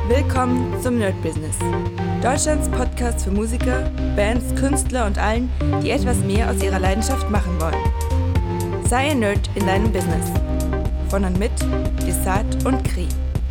Willkommen zum Nerd Business. Deutschlands Podcast für Musiker, Bands, Künstler und allen, die etwas mehr aus ihrer Leidenschaft machen wollen. Sei ein Nerd in deinem Business. Von und mit Desart und Kri.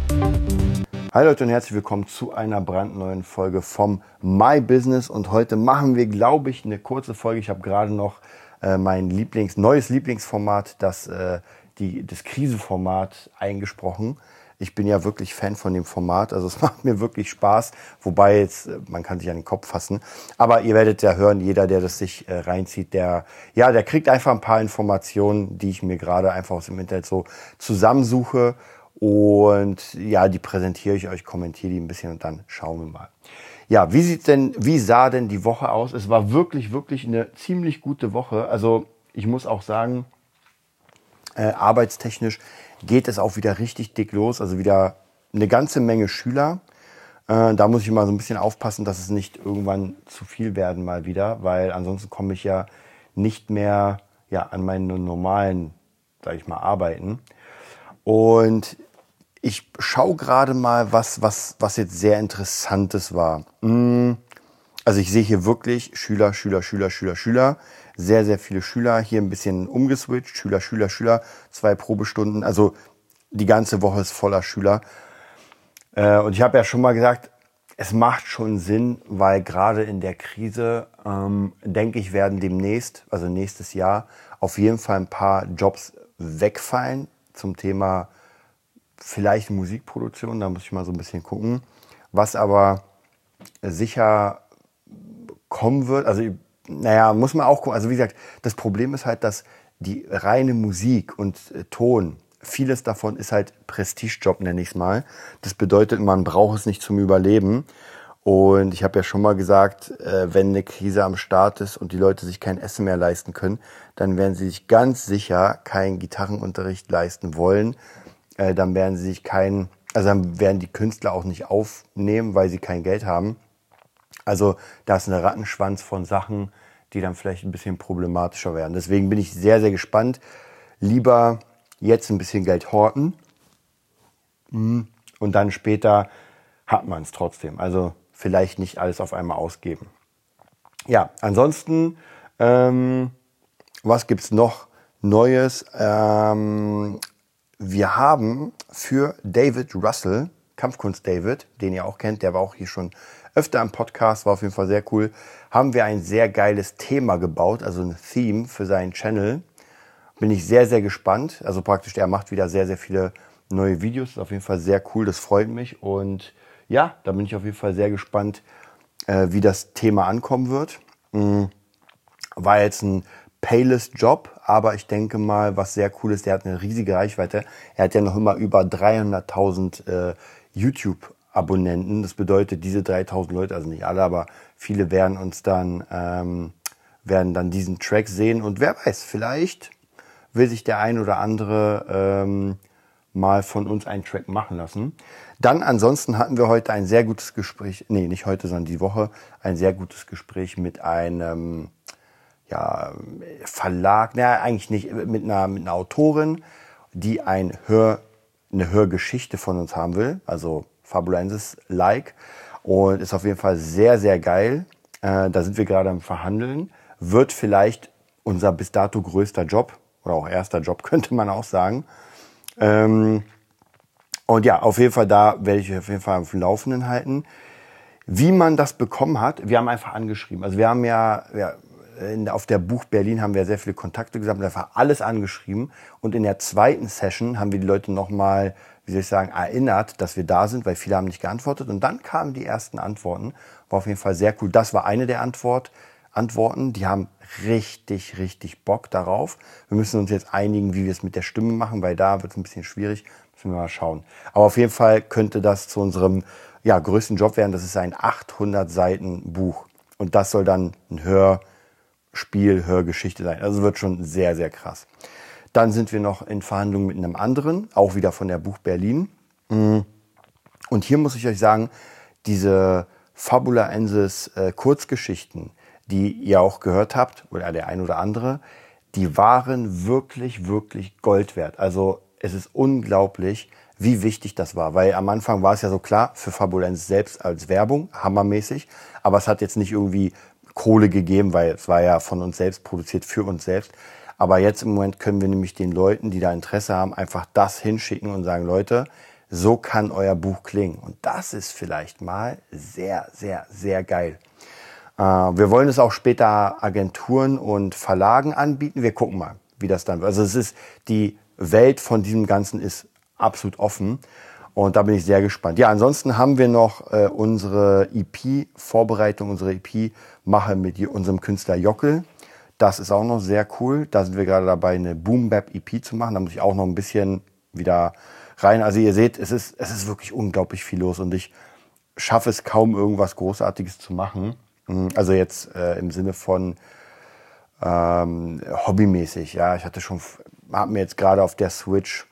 Hi Leute und herzlich willkommen zu einer brandneuen Folge vom My Business. Und heute machen wir, glaube ich, eine kurze Folge. Ich habe gerade noch mein neues Lieblingsformat, das Krise-Format eingesprochen. Ich bin ja wirklich Fan von dem Format, also es macht mir wirklich Spaß, wobei jetzt, man kann sich an den Kopf fassen. Aber ihr werdet ja hören, jeder, der das sich reinzieht, der kriegt einfach ein paar Informationen, die ich mir gerade einfach aus dem Internet so zusammensuche. Und ja, die präsentiere ich euch, kommentiere die ein bisschen und dann schauen wir mal. Ja, wie sah denn die Woche aus? Es war wirklich eine ziemlich gute Woche. Also ich muss auch sagen, arbeitstechnisch geht es auch wieder richtig dick los. Also wieder eine ganze Menge Schüler. Da muss ich mal so ein bisschen aufpassen, dass es nicht irgendwann zu viel werden mal wieder, weil ansonsten komme ich ja nicht mehr an meinen normalen, sag ich mal, Arbeiten. Und ich schaue gerade mal, was jetzt sehr Interessantes war. Also ich sehe hier wirklich Schüler. Sehr, sehr viele Schüler. Hier ein bisschen umgeswitcht. Schüler. 2 Probestunden. Also die ganze Woche ist voller Schüler. Und ich habe ja schon mal gesagt, es macht schon Sinn, weil gerade in der Krise, denke ich, werden demnächst, also nächstes Jahr, auf jeden Fall ein paar Jobs wegfallen zum Thema vielleicht Musikproduktion. Da muss ich mal so ein bisschen gucken. Was aber sicher kommen wird, also muss man auch gucken. Also wie gesagt, das Problem ist halt, dass die reine Musik und Ton, vieles davon ist halt Prestigejob, nenne ich es mal. Das bedeutet, man braucht es nicht zum Überleben. Und ich habe ja schon mal gesagt, wenn eine Krise am Start ist und die Leute sich kein Essen mehr leisten können, dann werden sie sich ganz sicher keinen Gitarrenunterricht leisten wollen. Dann werden dann werden die Künstler auch nicht aufnehmen, weil sie kein Geld haben. Also da ist ein Rattenschwanz von Sachen, die dann vielleicht ein bisschen problematischer werden. Deswegen bin ich sehr, sehr gespannt. Lieber jetzt ein bisschen Geld horten und dann später hat man es trotzdem. Also vielleicht nicht alles auf einmal ausgeben. Ja, ansonsten, was gibt's noch Neues? Wir haben für David Russell, Kampfkunst David, den ihr auch kennt, der war auch hier schon öfter im Podcast, war auf jeden Fall sehr cool, haben wir ein sehr geiles Thema gebaut, also ein Theme für seinen Channel. Bin ich sehr, sehr gespannt. Also praktisch, er macht wieder sehr, sehr viele neue Videos. Ist auf jeden Fall sehr cool, das freut mich. Und ja, da bin ich auf jeden Fall sehr gespannt, wie das Thema ankommen wird. War jetzt ein Payless-Job, aber ich denke mal, was sehr cool ist, der hat eine riesige Reichweite. Er hat ja noch immer über 300.000 YouTube-Abonnenten. Das bedeutet, diese 3.000 Leute, also nicht alle, aber viele werden dann diesen Track sehen. Und wer weiß, vielleicht will sich der ein oder andere mal von uns einen Track machen lassen. Dann ansonsten hatten wir heute ein sehr gutes Gespräch, nicht heute, sondern die Woche, ein sehr gutes Gespräch mit einem Verlag, eigentlich nicht, mit einer Autorin, die eine Hörgeschichte von uns haben will, also Fabulensis-like, und ist auf jeden Fall sehr, sehr geil. Da sind wir gerade am Verhandeln. Wird vielleicht unser bis dato größter Job oder auch erster Job, könnte man auch sagen. Und ja, auf jeden Fall, da werde ich auf jeden Fall auf dem Laufenden halten. Wie man das bekommen hat, wir haben einfach angeschrieben. Also wir haben auf der Buch Berlin haben wir sehr viele Kontakte gesammelt, einfach alles angeschrieben. Und in der zweiten Session haben wir die Leute nochmal, erinnert, dass wir da sind, weil viele haben nicht geantwortet. Und dann kamen die ersten Antworten. War auf jeden Fall sehr cool. Das war eine der Antworten. Die haben richtig Bock darauf. Wir müssen uns jetzt einigen, wie wir es mit der Stimme machen, weil da wird es ein bisschen schwierig. Müssen wir mal schauen. Aber auf jeden Fall könnte das zu unserem größten Job werden. Das ist ein 800 Seiten Buch. Und das soll dann ein Hörgeschichte sein. Also wird schon sehr, sehr krass. Dann sind wir noch in Verhandlungen mit einem anderen, auch wieder von der Buch Berlin. Und hier muss ich euch sagen, diese Fabulaensis Kurzgeschichten, die ihr auch gehört habt, oder der ein oder andere, die waren wirklich Gold wert. Also es ist unglaublich, wie wichtig das war. Weil am Anfang war es ja so klar, für Fabulenz selbst als Werbung, hammermäßig. Aber es hat jetzt nicht irgendwie Kohle gegeben, weil es war ja von uns selbst produziert, für uns selbst. Aber jetzt im Moment können wir nämlich den Leuten, die da Interesse haben, einfach das hinschicken und sagen, Leute, so kann euer Buch klingen. Und das ist vielleicht mal sehr, sehr, sehr geil. Wir wollen es auch später Agenturen und Verlagen anbieten. Wir gucken mal, wie das dann wird. Also es ist, die Welt von diesem Ganzen ist absolut offen. Und da bin ich sehr gespannt. Ja, ansonsten haben wir noch unsere EP-Vorbereitung, unsere EP-Mache mit unserem Künstler Jockel. Das ist auch noch sehr cool. Da sind wir gerade dabei, eine Boom-Bap-EP zu machen. Da muss ich auch noch ein bisschen wieder rein. Also ihr seht, es ist wirklich unglaublich viel los und ich schaffe es kaum, irgendwas Großartiges zu machen. Also jetzt im Sinne von hobbymäßig. Ja, ich habe mir jetzt gerade auf der Switch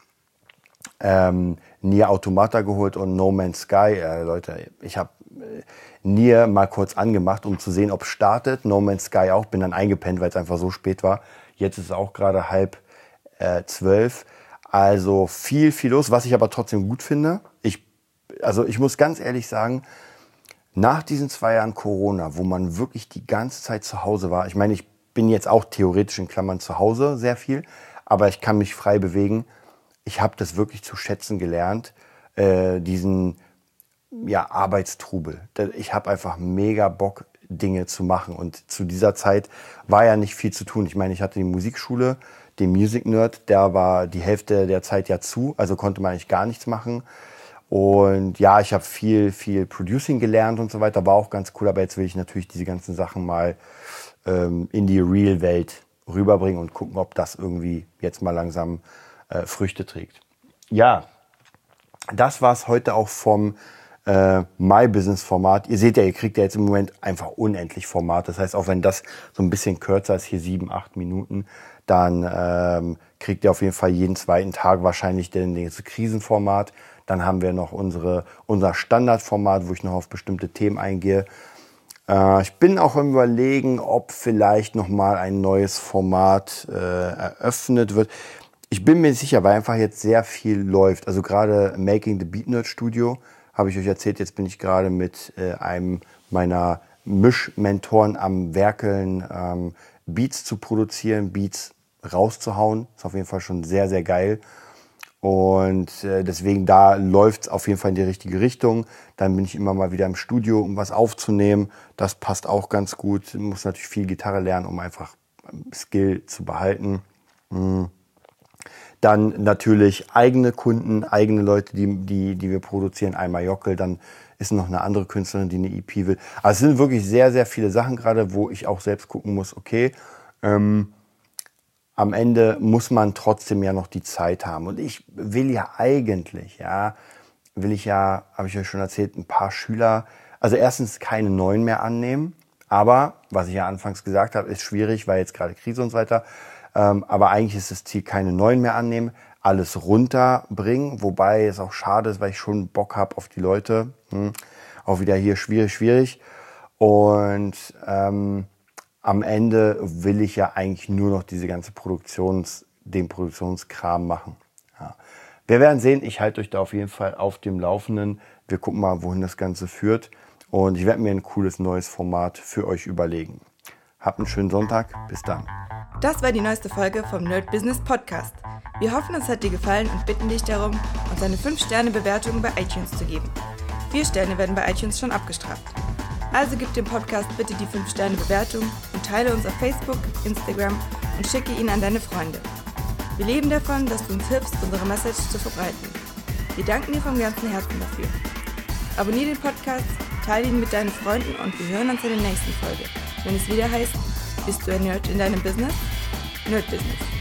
Nier Automata geholt und No Man's Sky. Leute, ich habe Nier mal kurz angemacht, um zu sehen, ob es startet. No Man's Sky auch. Bin dann eingepennt, weil es einfach so spät war. Jetzt ist es auch gerade 11:30. Also viel los, was ich aber trotzdem gut finde. Ich muss ganz ehrlich sagen, nach diesen 2 Jahren Corona, wo man wirklich die ganze Zeit zu Hause war, ich meine, ich bin jetzt auch theoretisch in Klammern zu Hause sehr viel, aber ich kann mich frei bewegen. Ich habe das wirklich zu schätzen gelernt, diesen Arbeitstrubel. Ich habe einfach mega Bock, Dinge zu machen. Und zu dieser Zeit war ja nicht viel zu tun. Ich meine, ich hatte die Musikschule, den Music Nerd, der war die Hälfte der Zeit ja zu, also konnte man eigentlich gar nichts machen. Und ja, ich habe viel Producing gelernt und so weiter, war auch ganz cool. Aber jetzt will ich natürlich diese ganzen Sachen mal in die Real-Welt rüberbringen und gucken, ob das irgendwie jetzt mal langsam Früchte trägt. Ja, das war's heute auch vom My-Business-Format. Ihr seht ja, ihr kriegt ja jetzt im Moment einfach unendlich Format. Das heißt, auch wenn das so ein bisschen kürzer ist, hier 7-8 Minuten, dann kriegt ihr auf jeden Fall jeden zweiten Tag wahrscheinlich das Krisenformat. Dann haben wir noch unser Standardformat, wo ich noch auf bestimmte Themen eingehe. Ich bin auch am Überlegen, ob vielleicht nochmal ein neues Format eröffnet wird. Ich bin mir nicht sicher, weil einfach jetzt sehr viel läuft. Also gerade Making the Beat Nerd Studio, habe ich euch erzählt, jetzt bin ich gerade mit einem meiner Mischmentoren am Werkeln, Beats zu produzieren, Beats rauszuhauen. Ist auf jeden Fall schon sehr, sehr geil. Und deswegen, da läuft es auf jeden Fall in die richtige Richtung. Dann bin ich immer mal wieder im Studio, um was aufzunehmen. Das passt auch ganz gut. Ich muss natürlich viel Gitarre lernen, um einfach Skill zu behalten. Dann natürlich eigene Kunden, eigene Leute, die wir produzieren. Einmal Jockel, dann ist noch eine andere Künstlerin, die eine EP will. Also es sind wirklich sehr, sehr viele Sachen gerade, wo ich auch selbst gucken muss, okay, am Ende muss man trotzdem ja noch die Zeit haben. Und ich will ja eigentlich, habe ich euch schon erzählt, ein paar Schüler, also erstens keine neuen mehr annehmen. Aber, was ich ja anfangs gesagt habe, ist schwierig, weil jetzt gerade Krise und so weiter. Aber eigentlich ist das Ziel, keine neuen mehr annehmen, alles runterbringen. Wobei es auch schade ist, weil ich schon Bock habe auf die Leute. Auch wieder hier schwierig. Und am Ende will ich ja eigentlich nur noch diese ganze den Produktionskram machen. Ja. Wir werden sehen, ich halte euch da auf jeden Fall auf dem Laufenden. Wir gucken mal, wohin das Ganze führt. Und ich werde mir ein cooles neues Format für euch überlegen. Habt einen schönen Sonntag. Bis dann. Das war die neueste Folge vom Nerd Business Podcast. Wir hoffen, es hat dir gefallen und bitten dich darum, uns eine 5-Sterne-Bewertung bei iTunes zu geben. 4 Sterne werden bei iTunes schon abgestraft. Also gib dem Podcast bitte die 5-Sterne-Bewertung und teile uns auf Facebook, Instagram und schicke ihn an deine Freunde. Wir leben davon, dass du uns hilfst, unsere Message zu verbreiten. Wir danken dir vom ganzen Herzen dafür. Abonniere den Podcast, teile ihn mit deinen Freunden und wir hören uns in der nächsten Folge, wenn es wieder heißt, bist du ein Nerd in deinem Business? Nerd Business.